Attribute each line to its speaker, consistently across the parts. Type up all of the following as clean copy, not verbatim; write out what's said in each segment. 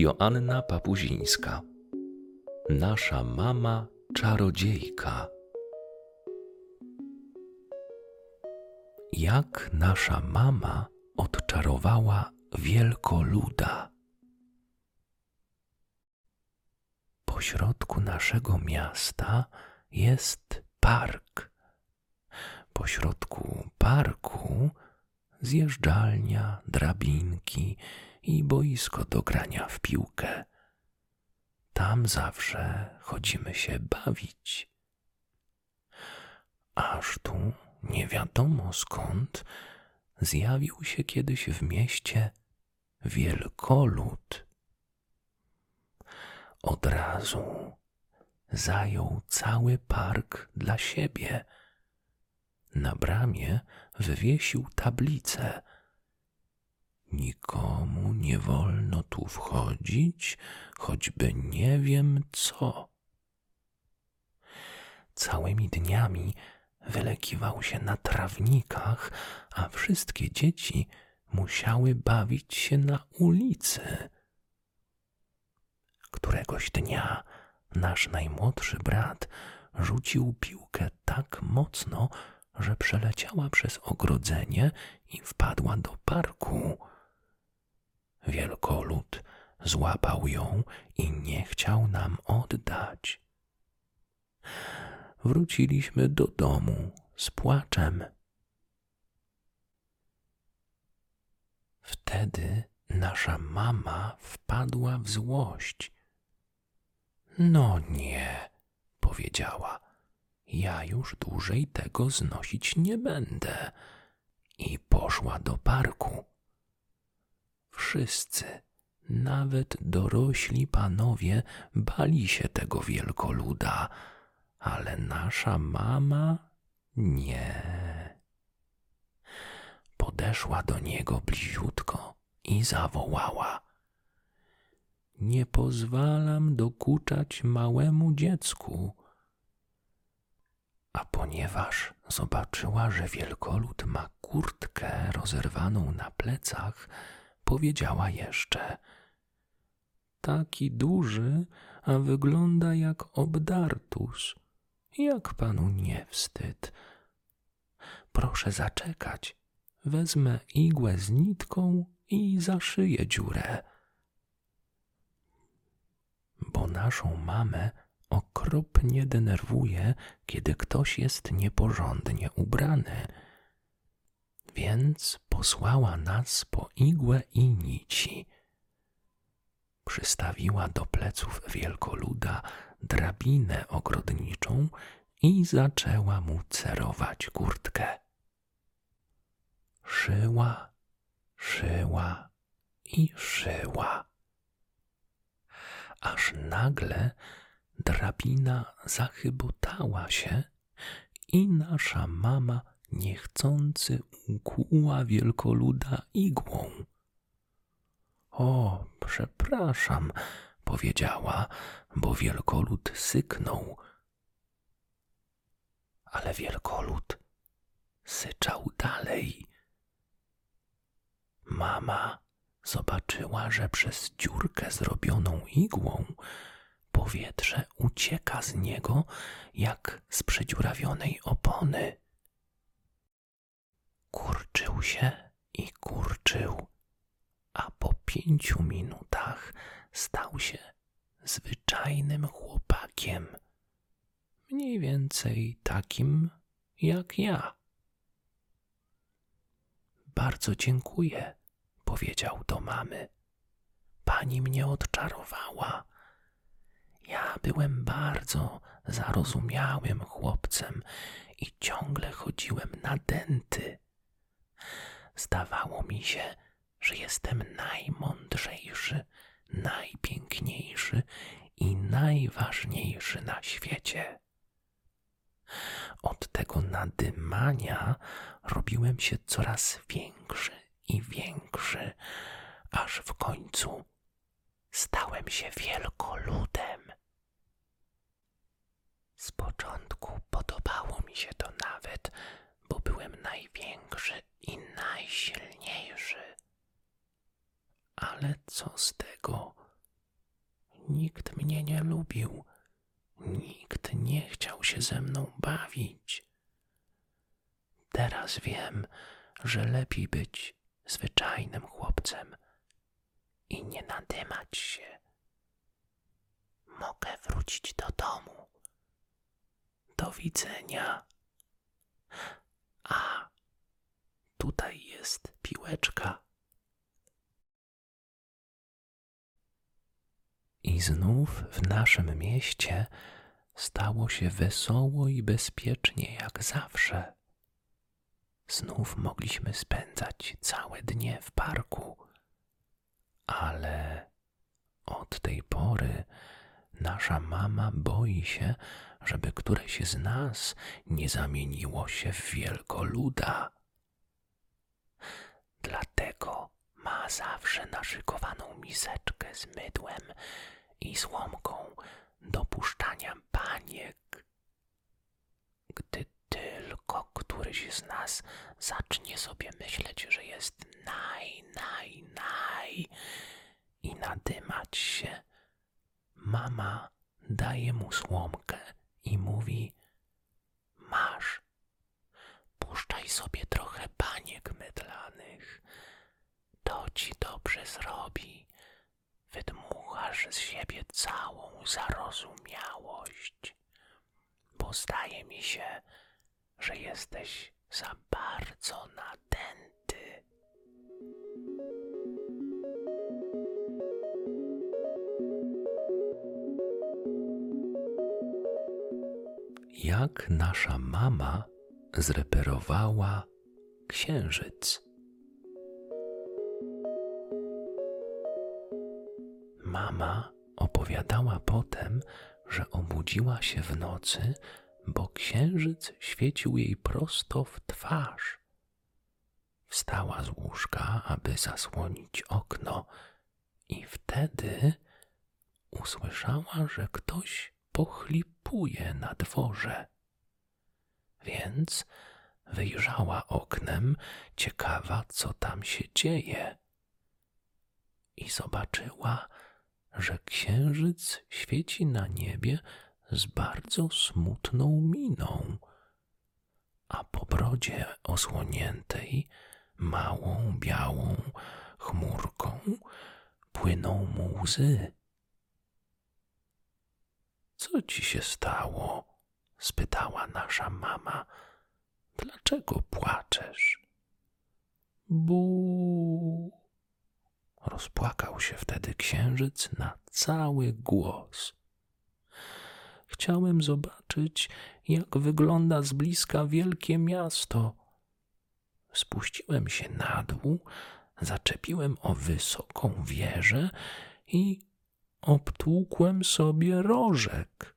Speaker 1: Joanna Papuzińska. Nasza mama czarodziejka. Jak nasza mama odczarowała wielkoluda. Pośrodku naszego miasta jest park. Pośrodku parku zjeżdżalnia, drabinki i boisko do grania w piłkę. Tam zawsze chodzimy się bawić. Aż tu, nie wiadomo skąd, zjawił się kiedyś w mieście wielkolud. Od razu zajął cały park dla siebie. Na bramie wywiesił tablicę. Nikomu nie wolno tu wchodzić, choćby nie wiem co. Całymi dniami wylekiwał się na trawnikach, a wszystkie dzieci musiały bawić się na ulicy. Któregoś dnia nasz najmłodszy brat rzucił piłkę tak mocno, że przeleciała przez ogrodzenie i wpadła do parku. Wielkolud złapał ją i nie chciał nam oddać. Wróciliśmy do domu z płaczem. Wtedy nasza mama wpadła w złość. No nie, powiedziała, ja już dłużej tego znosić nie będę. I poszła do parku. Wszyscy, nawet dorośli panowie, bali się tego wielkoluda, ale nasza mama nie. Podeszła do niego bliziutko i zawołała: nie pozwalam dokuczać małemu dziecku. A ponieważ zobaczyła, że wielkolud ma kurtkę rozerwaną na plecach, powiedziała jeszcze: taki duży, a wygląda jak obdartus. Jak panu nie wstyd? Proszę zaczekać, wezmę igłę z nitką i zaszyję dziurę. Bo naszą mamę okropnie denerwuje, kiedy ktoś jest nieporządnie ubrany. Więc posłała nas po igłę i nici. Przystawiła do pleców wielkoluda drabinę ogrodniczą i zaczęła mu cerować kurtkę. Szyła, szyła i szyła. Aż nagle drabina zachybotała się i nasza mama niechcący ukłuła wielkoluda igłą. O, przepraszam, powiedziała, bo wielkolud syknął. Ale wielkolud syczał dalej. Mama zobaczyła, że przez dziurkę zrobioną igłą powietrze ucieka z niego jak z przedziurawionej opony. Kurczył się i kurczył, a po 5 minutach stał się zwyczajnym chłopakiem, mniej więcej takim jak ja. Bardzo dziękuję, powiedział do mamy. Pani mnie odczarowała. Ja byłem bardzo zarozumiałym chłopcem i ciągle chodziłem na dęty. Zdawało mi się, że jestem najmądrzejszy, najpiękniejszy i najważniejszy na świecie. Od tego nadymania robiłem się coraz większy i większy, aż w końcu stałem się wielkoludem. Z początku podobało mi się to nawet, bo byłem największy i najsilniejszy. Ale co z tego, robił. Nikt nie chciał się ze mną bawić. Teraz wiem, że lepiej być zwyczajnym chłopcem i nie nadymać się. Mogę wrócić do domu. Do widzenia. A, tutaj jest piłeczka. I znów w naszym mieście stało się wesoło i bezpiecznie jak zawsze. Znów mogliśmy spędzać całe dnie w parku, ale od tej pory nasza mama boi się, żeby któreś z nas nie zamieniło się w wielkoluda. Dlatego ma zawsze naszykowaną miseczkę z mydłem i słomką do puszczania baniek. Gdy tylko któryś z nas zacznie sobie myśleć, że jest naj i nadymać się, mama daje mu słomkę i mówi: masz, puszczaj sobie trochę baniek mydlanych, to ci dobrze zrobi, wydmuchasz z siebie całą zarozumiałość, bo zdaje mi się, że jesteś za bardzo nadęty. Jak nasza mama zreperowała księżyc. Mama opowiadała potem, że obudziła się w nocy, bo księżyc świecił jej prosto w twarz. Wstała z łóżka, aby zasłonić okno, i wtedy usłyszała, że ktoś pochlipuje na dworze. Więc wyjrzała oknem, ciekawa, co tam się dzieje. I zobaczyła, że księżyc świeci na niebie z bardzo smutną miną, a po brodzie osłoniętej małą białą chmurką płyną mu łzy. Co ci się stało? Spytała nasza mama. Dlaczego płaczesz? Bu! Rozpłakał się wtedy księżyc na cały głos. Chciałem zobaczyć, jak wygląda z bliska wielkie miasto. Spuściłem się na dół, zaczepiłem o wysoką wieżę i obtłukłem sobie rożek.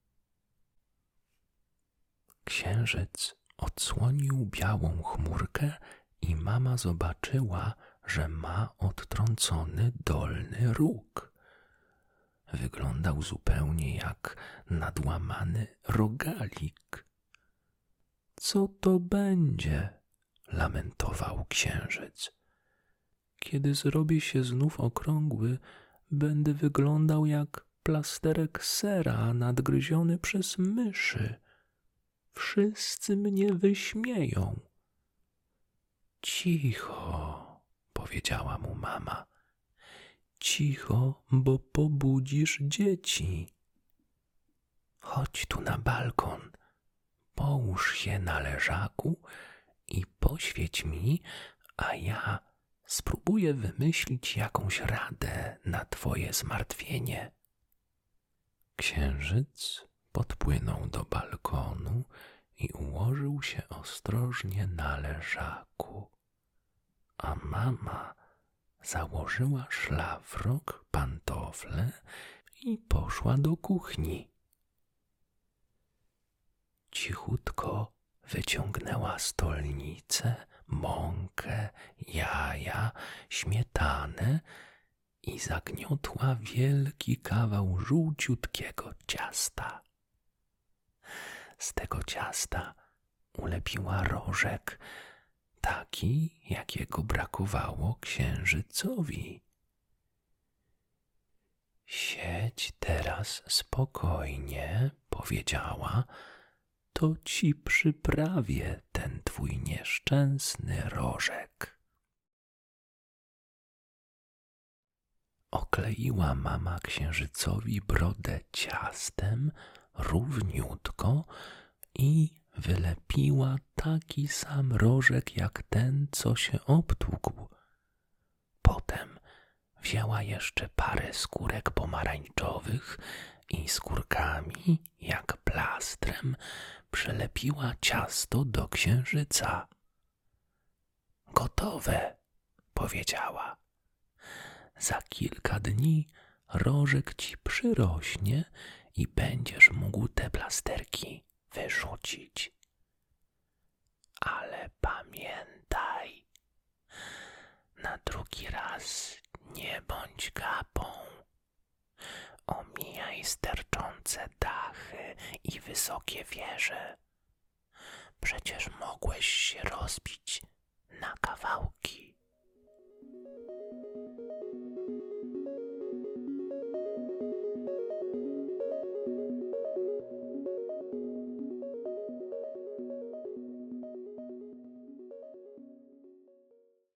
Speaker 1: Księżyc odsłonił białą chmurkę i mama zobaczyła, że ma odtrącony dolny róg. Wyglądał zupełnie jak nadłamany rogalik. Co to będzie? Lamentował księżyc. Kiedy zrobię się znów okrągły, będę wyglądał jak plasterek sera nadgryziony przez myszy. Wszyscy mnie wyśmieją. Cicho, powiedziała mu mama. Cicho, bo pobudzisz dzieci. Chodź tu na balkon, połóż się na leżaku i poświeć mi, a ja spróbuję wymyślić jakąś radę na twoje zmartwienie. Księżyc podpłynął do balkonu i ułożył się ostrożnie na leżaku, a mama założyła szlafrok, pantofle i poszła do kuchni. Cichutko wyciągnęła stolnicę, mąkę, jaja, śmietanę i zagniotła wielki kawał żółciutkiego ciasta. Z tego ciasta ulepiła rożek, taki, jakiego brakowało księżycowi. Siedź teraz spokojnie, powiedziała, to ci przyprawię ten twój nieszczęsny rożek. Okleiła mama księżycowi brodę ciastem równiutko i wylepiła taki sam rożek jak ten, co się obtłukł. Potem wzięła jeszcze parę skórek pomarańczowych i skórkami, jak plastrem, przylepiła ciasto do księżyca. Gotowe, powiedziała. Za kilka dni rożek ci przyrośnie i będziesz mógł te plasterki wyrzucić. Ale pamiętaj, na drugi raz nie bądź gapą. Omijaj sterczące dachy i wysokie wieże. Przecież mogłeś